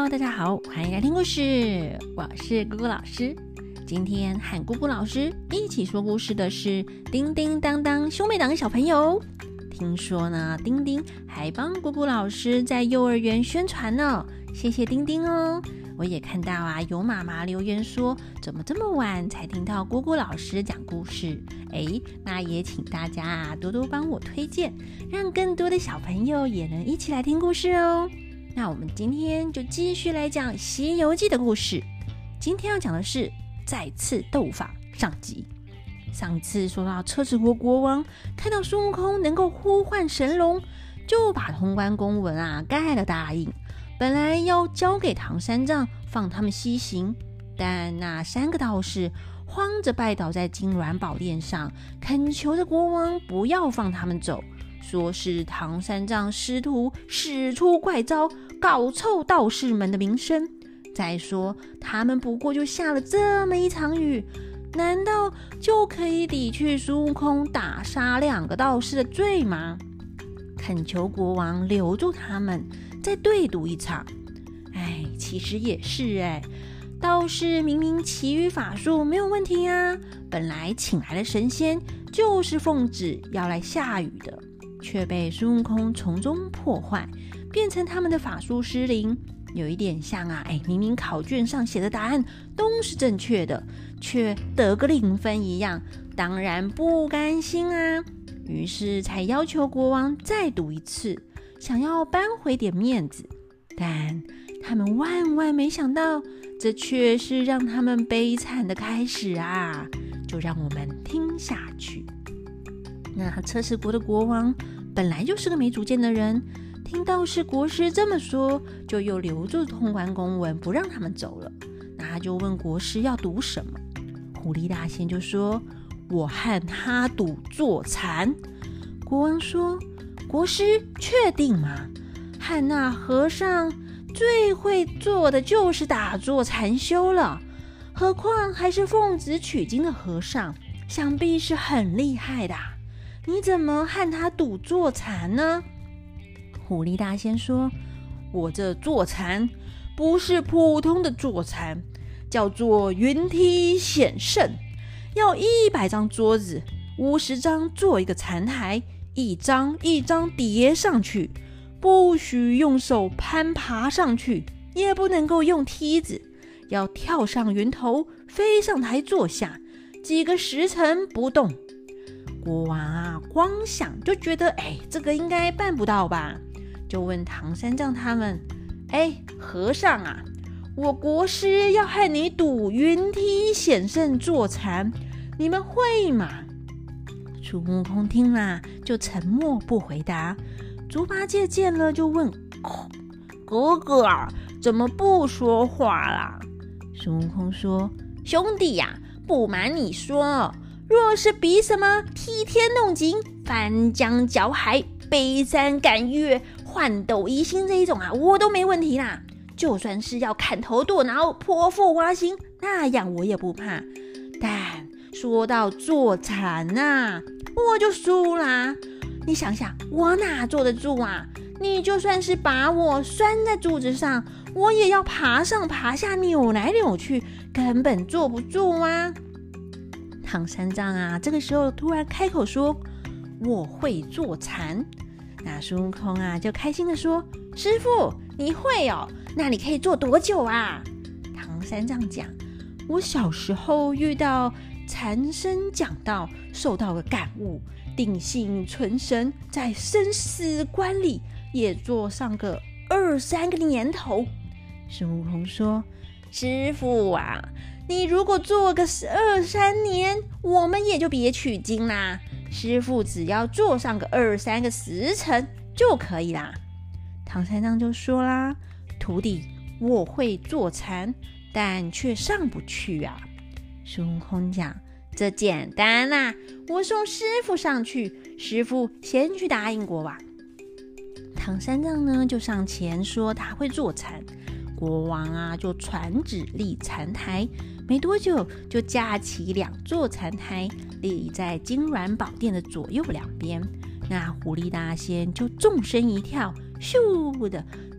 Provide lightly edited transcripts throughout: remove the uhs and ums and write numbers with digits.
Hello， 大家好，欢迎来听故事，我是姑姑老师。今天和姑姑老师一起说故事的是叮叮当当兄妹党的小朋友。听说呢，叮叮还帮姑姑老师在幼儿园宣传呢，谢谢叮叮哦。我也看到啊，有妈妈留言说，怎么这么晚才听到姑姑老师讲故事？那也请大家啊多多帮我推荐，让更多的小朋友也能一起来听故事哦。那我们今天就继续来讲《西游记》的故事。今天要讲的是再次斗法上集。上一次说到车迟国国王看到孙悟空能够呼唤神龙，就把通关公文啊盖了答应，本来要交给唐三藏放他们西行，但那3个道士慌着拜倒在金銮宝殿上，恳求着国王不要放他们走，说是唐三藏师徒使出怪招，搞臭道士们的名声。再说他们不过就下了这么一场雨，难道就可以抵去孙悟空打杀2个道士的罪吗？恳求国王留住他们，再对赌一场。其实也是道士明明其余法术没有问题啊，本来请来的神仙就是奉旨要来下雨的，却被孙悟空从中破坏，变成他们的法术失灵。有一点像明明考卷上写的答案都是正确的，却得个0分一样，当然不甘心啊。于是才要求国王再赌一次，想要扳回点面子。但他们万万没想到，这却是让他们悲惨的开始啊！就让我们听下去。那车迟国的国王本来就是个没主见的人，听到是国师这么说，就又留住通关公文不让他们走了。那他就问国师要赌什么，狐狸大仙就说，我和他赌坐禅。国王说，国师确定吗？和那和尚最会做的就是打坐禅修了，何况还是奉旨取经的和尚，想必是很厉害的。你怎么和他赌坐禅呢？狐狸大仙说，我这坐禅不是普通的坐禅，叫做云梯显圣，要100张桌子50张做一个禅台，一张一张叠上去，不许用手攀爬上去，也不能够用梯子，要跳上云头，飞上台坐下，几个时辰不动。国王光想就觉得这个应该办不到吧，就问唐三藏他们，和尚啊，我国师要和你赌云梯显圣坐禅，你们会吗？孙悟空听了就沉默不回答。猪八戒见了就问，哥哥啊，怎么不说话啦？孙悟空说，兄弟呀，不瞒你说，若是比什么踢天弄井、翻江搅海、背山赶月、换斗一星这一种我都没问题啦。就算是要砍头剁脑、剖腹挖心，那样我也不怕。但说到坐禅我就输啦。你想想，我哪坐得住啊？你就算是把我拴在柱子上，我也要爬上爬下，扭来扭去，根本坐不住啊。唐三藏这个时候突然开口说，我会坐禅。那孙悟空就开心地说，师父你会哦，那你可以坐多久啊？唐三藏讲，我小时候遇到禅僧讲道，受到了感悟，定性存神，在生死关里也做上个2-3个年头。孙悟空说，师父啊，你如果做个2-3年，我们也就别取经啦。师父只要做上个2-3个时辰就可以啦。唐三藏就说啦，徒弟，我会坐禅，但却上不去啊。孙悟空讲，这简单啦，我送师父上去，师父先去答应国王。唐三藏呢就上前说他会坐禅，国王就传旨立禅台，没多久就架起2座禅台，立在金銮宝殿的左右两边。那狐狸大仙就纵身一跳，咻的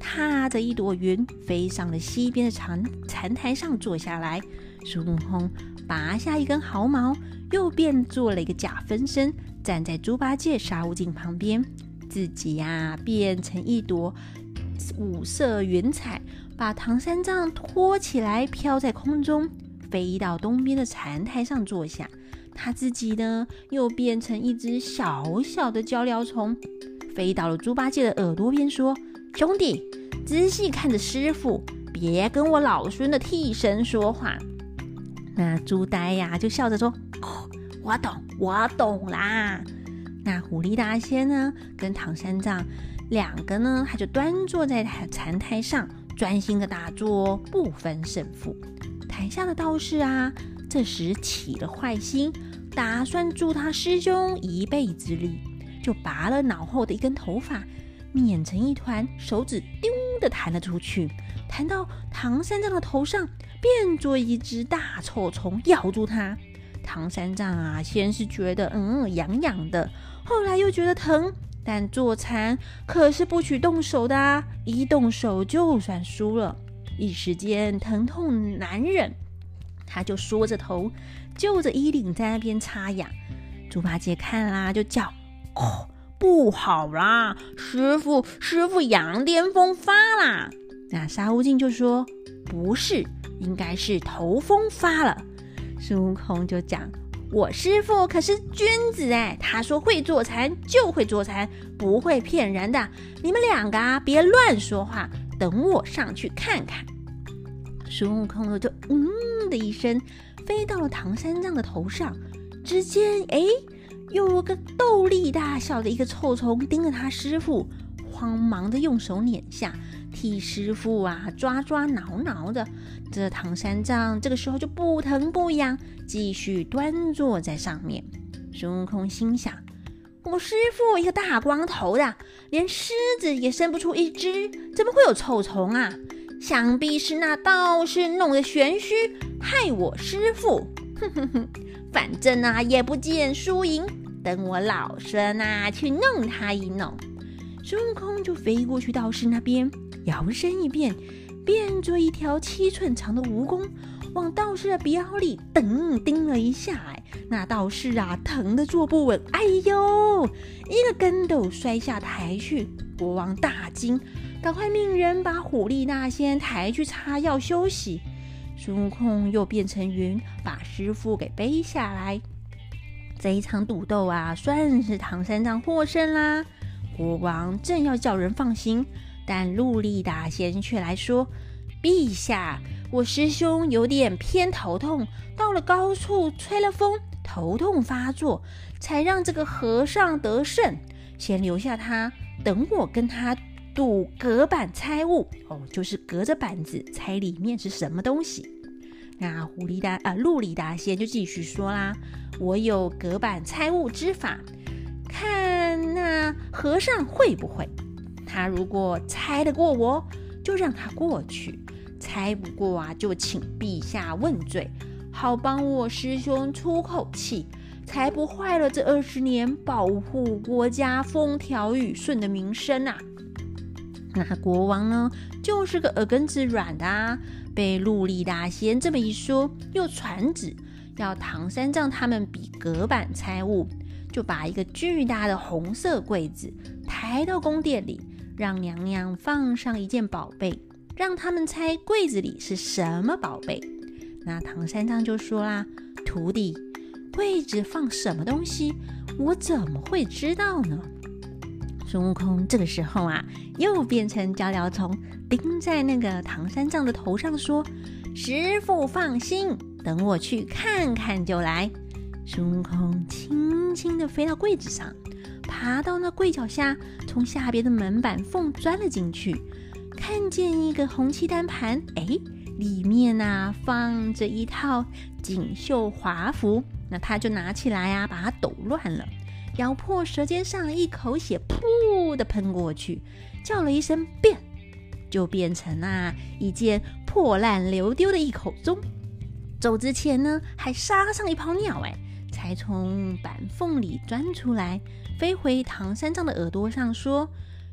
踏着一朵云飞上了西边的禅台上坐下来。孙悟空拔下一根毫毛，又变做了一个假分身，站在猪八戒、沙悟净旁边，自己变成一朵五色云彩，把唐三藏拖起来，飘在空中，飞到东边的禅台上坐下。他自己呢，又变成一只小小的鹪鹩虫，飞到了猪八戒的耳朵边说：兄弟，仔细看着师父，别跟我老孙的替身说话。那猪呆就笑着说：我懂啦。那狐狸大仙呢，跟唐三藏两个呢，他就端坐在禅台上，专心的打坐，不分胜负。台下的道士这时起了坏心，打算助他师兄一臂之力，就拔了脑后的一根头发，捻成一团，手指丢的弹了出去，弹到唐三藏的头上，变作一只大臭虫咬住他。唐三藏先是觉得痒痒的，后来又觉得疼，但坐禅可是不许动手的一动手就算输了，一时间疼痛难忍，他就缩着头，就着衣领在那边擦痒。猪八戒看就叫：不好啦，师父羊癫疯发啦。那沙悟净就说：不是，应该是头风发了。孙悟空就讲：我师父可是君子他说会坐禅就会坐禅，不会骗人的，你们两个别乱说话，等我上去看看。孙悟空就的一声飞到了唐三藏的头上，只见有个豆粒大小的一个臭虫盯着他师父，慌忙的用手捻下，替师父抓挠的。这唐三藏这个时候就不疼不痒，继续端坐在上面。孙悟空心想：我师父一个大光头的，连狮子也生不出一只，怎么会有臭虫想必是那道士弄的玄虚，害我师父。反正也不见输赢，等我老孙去弄他一弄。孙悟空就飞过去道士那边，摇身一变，变作一条7寸长的蜈蚣，往道士的鼻凹里叮了一下。那道士疼得坐不稳，哎呦，一个跟斗摔下台去。国王大惊，赶快命人把狐狸大仙抬去擦药休息。孙悟空又变成云，把师父给背下来。这一场赌斗算是唐三藏获胜啦。国王正要叫人放行，但鹿力大仙却来说：陛下，我师兄有点偏头痛，到了高处吹了风，头痛发作，才让这个和尚得胜。先留下他，等我跟他赌隔板猜物，就是隔着板子猜里面是什么东西。那鹿力大仙就继续说啦：我有隔板猜物之法，看那和尚会不会。他如果猜得过我，就让他过去；猜不过就请陛下问罪，好帮我师兄出口气，才不坏了这20年保护国家风调雨顺的名声那国王呢，就是个耳根子软的被鹿力大仙这么一说，又传旨要唐三藏他们比隔板猜物，就把一个巨大的红色柜子抬到宫殿里，让娘娘放上一件宝贝，让他们猜柜子里是什么宝贝。那唐三藏就说啦：徒弟，柜子放什么东西，我怎么会知道呢？孙悟空这个时候又变成鹪鹩虫，钉在那个唐三藏的头上说：师父放心，等我去看看就来。孙悟空轻轻地飞到柜子上，爬到那柜脚下，从下边的门板缝钻了进去，看见一个红漆单盘，里面放着一套锦绣华服。那他就拿起来把它抖乱了，咬破舌尖上一口血，噗的喷过去，叫了一声变，就变成一件破烂流丢的一口钟。走之前呢，还撒上一泡尿才从板缝里钻出来，飞回唐三藏的耳朵上说：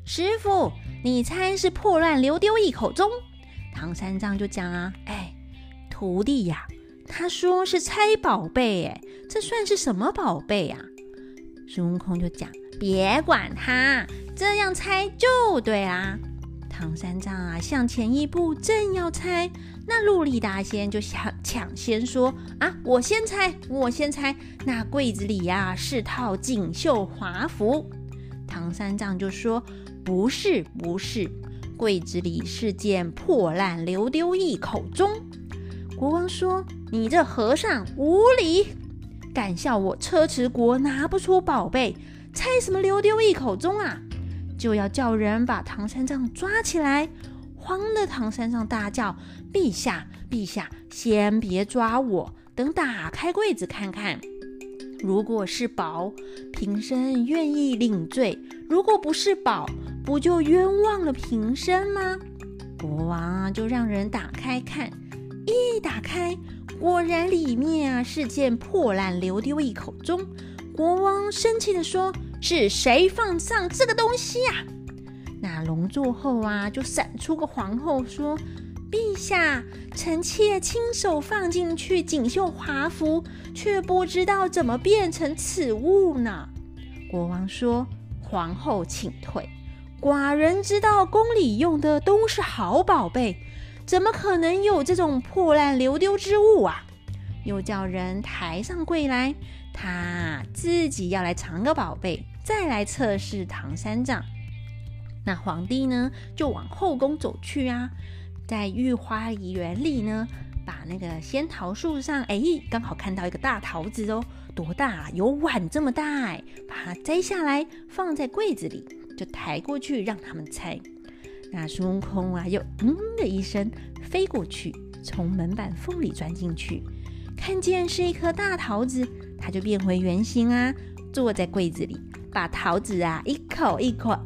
师傅，你猜是破烂流丢一口钟？唐三藏就讲啊，徒弟呀，他说是猜宝贝，这算是什么宝贝啊？孙悟空就讲，别管他，这样猜就对啦。唐三藏啊，向前一步，正要猜，那陆力大仙就抢先说啊，我先猜，那柜子里啊是套锦绣华服。唐三藏就说，不是，柜子里是件破烂流丢一口钟。国王说，你这和尚无礼，敢笑我车迟国拿不出宝贝，猜什么流丢一口钟啊？就要叫人把唐三藏抓起来。慌的唐三藏大叫，陛下，先别抓我，等打开柜子看看，如果是宝，平生愿意领罪，如果不是宝，不就冤枉了平生吗？国王就让人打开看，一打开，果然里面是件破烂流丢一口钟。国王生气地说，是谁放上这个东西啊？那龙座后就闪出个皇后说，陛下，臣妾亲手放进去锦绣华服，却不知道怎么变成此物呢。国王说，皇后请退，寡人知道宫里用的都是好宝贝，怎么可能有这种破烂流丢之物啊？又叫人抬上柜来，他自己要来尝个宝贝，再来测试唐三藏。那皇帝呢，就往后宫走去啊，在御花园里呢，把那个仙桃树上，刚好看到一个大桃子哦，多大？有碗这么大把它摘下来放在柜子里，就抬过去让他们猜。那孙悟空又的一声飞过去，从门板缝里钻进去，看见是一颗大桃子，他就变回原形坐在柜子里，把桃子一口一口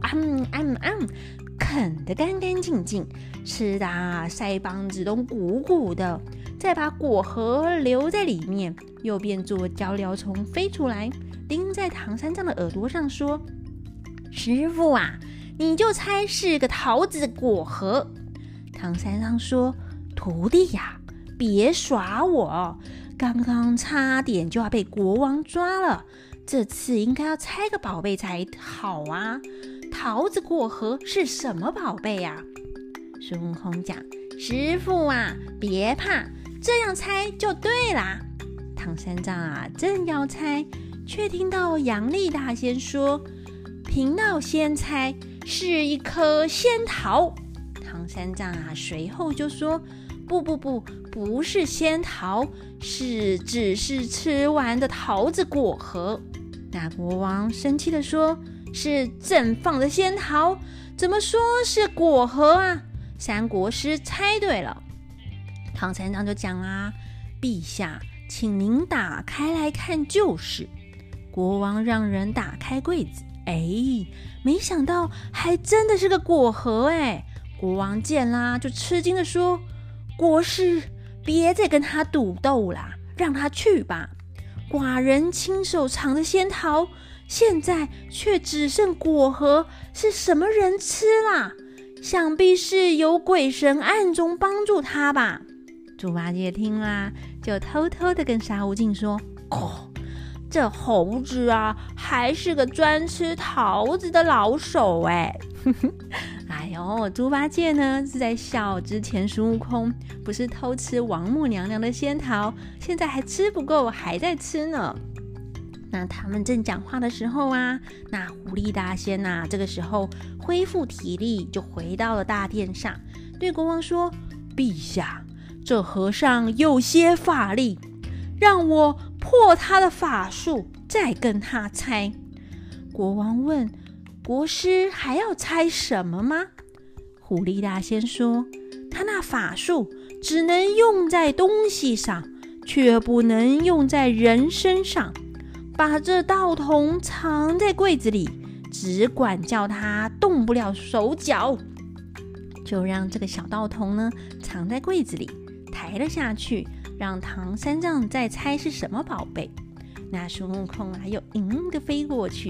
啃得干干净净，吃的腮帮子都鼓鼓的，再把果核留在里面，又变作鹪鹩虫飞出来，钉在唐三藏的耳朵上说，师傅你就猜是个桃子果核。唐三藏说，徒弟别耍我，刚刚差点就要被国王抓了，这次应该要猜个宝贝才好啊！桃子果核是什么宝贝啊？孙悟空讲，师傅别怕，这样猜就对啦。唐三藏正要猜，却听到杨力大仙说，贫道先猜是一颗仙桃。唐三藏随后就说，不是仙桃，只是吃完的桃子果核。那国王生气地说，是正放的仙桃，怎么说是果核啊？三国师猜对了。唐三藏就讲陛下，请您打开来看就是。国王让人打开柜子，没想到还真的是个果核国王见啦，就吃惊地说，国师别再跟他赌斗啦，让他去吧。寡人亲手尝的仙桃，现在却只剩果核，是什么人吃啦？想必是有鬼神暗中帮助他吧。猪八戒听啦，就偷偷的跟沙悟净说，这猴子还是个专吃桃子的老手猪八戒呢是在笑之前孙悟空不是偷吃王母娘娘的仙桃，现在还吃不够，还在吃呢。那他们正讲话的时候那狐狸大仙这个时候恢复体力，就回到了大殿上，对国王说，陛下，这和尚有些法力，让我破他的法术，再跟他猜。国王问，国师还要猜什么吗？狐狸大仙说，他那法术只能用在东西上，却不能用在人身上，把这道童藏在柜子里，只管叫他动不了手脚。就让这个小道童呢藏在柜子里，抬了下去，让唐三藏再猜是什么宝贝。那孙悟空又的飞过去，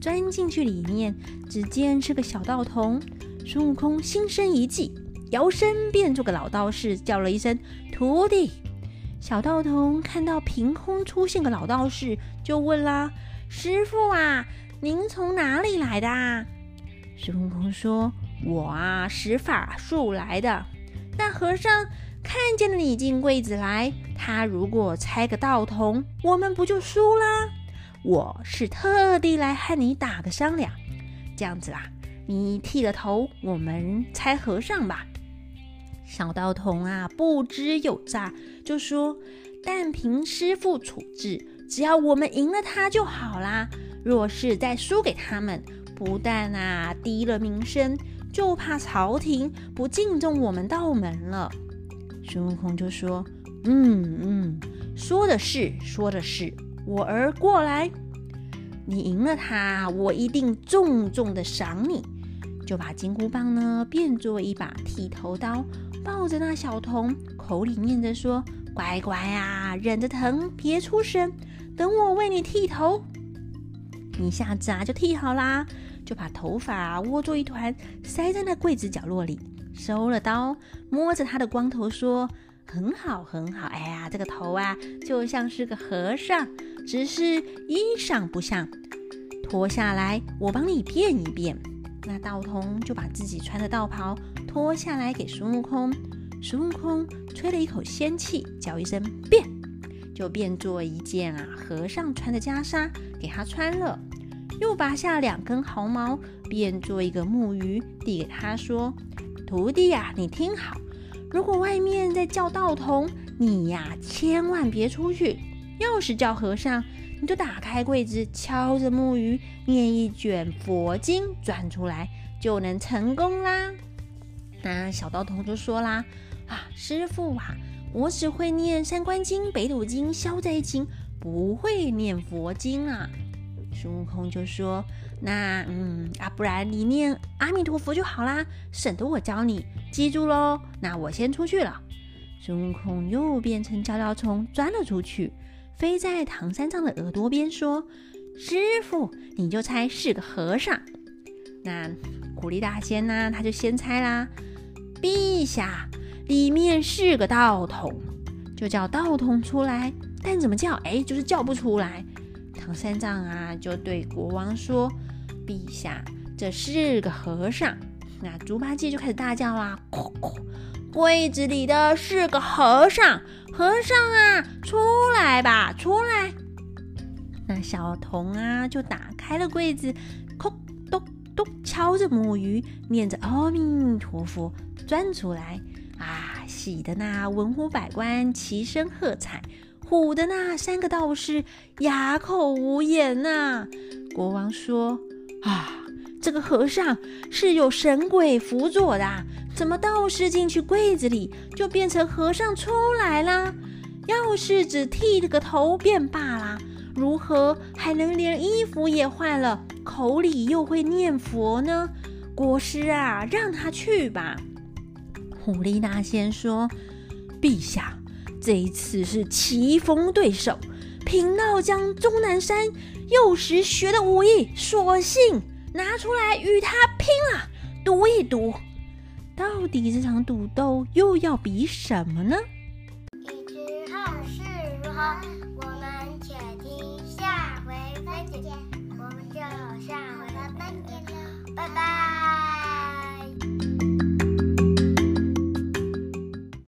钻进去里面，只见是个小道童。孙悟空心生一计，摇身变做个老道士，叫了一声徒弟。小道童看到凭空出现个老道士，就问啦：师父啊，您从哪里来的啊？孙悟空说：我啊，使法术来的。那和尚看见了你进柜子来，他如果猜个道童，我们不就输啦？我是特地来和你打个商量，这样子啦，你剃了头，我们猜和尚吧。小道童啊，不知有诈，就说：但凭师父处置，只要我们赢了他就好啦。若是再输给他们，不但啊低了名声，就怕朝廷不敬重我们道门了。孙悟空就说：说的是，我儿过来。你赢了他，我一定重重的赏你。就把金箍棒呢变作一把剃头刀，抱着那小童，口里念着说：乖乖啊，忍着疼，别出声，等我为你剃头。一下子啊就剃好啦，就把头发窝作一团，塞在那柜子角落里，收了刀，摸着他的光头说：很好很好，哎呀，这个头啊就像是个和尚，只是衣裳不像，脱下来我帮你变一变。那道童就把自己穿的道袍脱下来给孙悟空，孙悟空吹了一口仙气，叫一声变，就变做一件和尚穿的袈裟给他穿了，又拔下2根毫毛，变做一个木鱼递给他说：徒弟呀，你听好，如果外面在叫道童，你呀千万别出去，要是叫和尚，你就打开柜子，敲着木鱼，念一卷佛经转出来，就能成功啦。那小道童就说啦：师父啊，我只会念三观经、北斗经、消灾经，不会念佛经啊。孙悟空就说：那不然你念阿弥陀佛就好啦，省得我教你，记住咯。那我先出去了。孙悟空又变成蛟蛟虫钻了出去，飞在唐三藏的耳朵边说：师父，你就猜是个和尚。那狐狸大仙呢，他就先猜啦：陛下，里面是个道童。就叫道童出来，但怎么叫就是叫不出来。唐三藏啊就对国王说：陛下，这是个和尚。那猪八戒就开始大叫啦：柜子里的是个和尚，和尚啊，出来吧，出来。那小童啊就打开了柜子，咚咚咚敲着木鱼，念着阿弥陀佛，钻出来喜的那文武百官齐声喝彩，唬的那3个道士哑口无言啊。国王说：这个和尚是有神鬼辅佐的怎么道士进去柜子里就变成和尚出来啦？要是只剃了个头便罢啦，如何还能连衣服也换了，口里又会念佛呢？国师啊，让他去吧。狐狸大仙说：陛下，这一次是棋逢对手，贫道将终南山幼时学的武艺索性拿出来与他拼了，赌一赌。到底这场赌斗又要比什么呢？ 欲知后事如何，我们且听下回分解。我们就下回分解了，拜拜。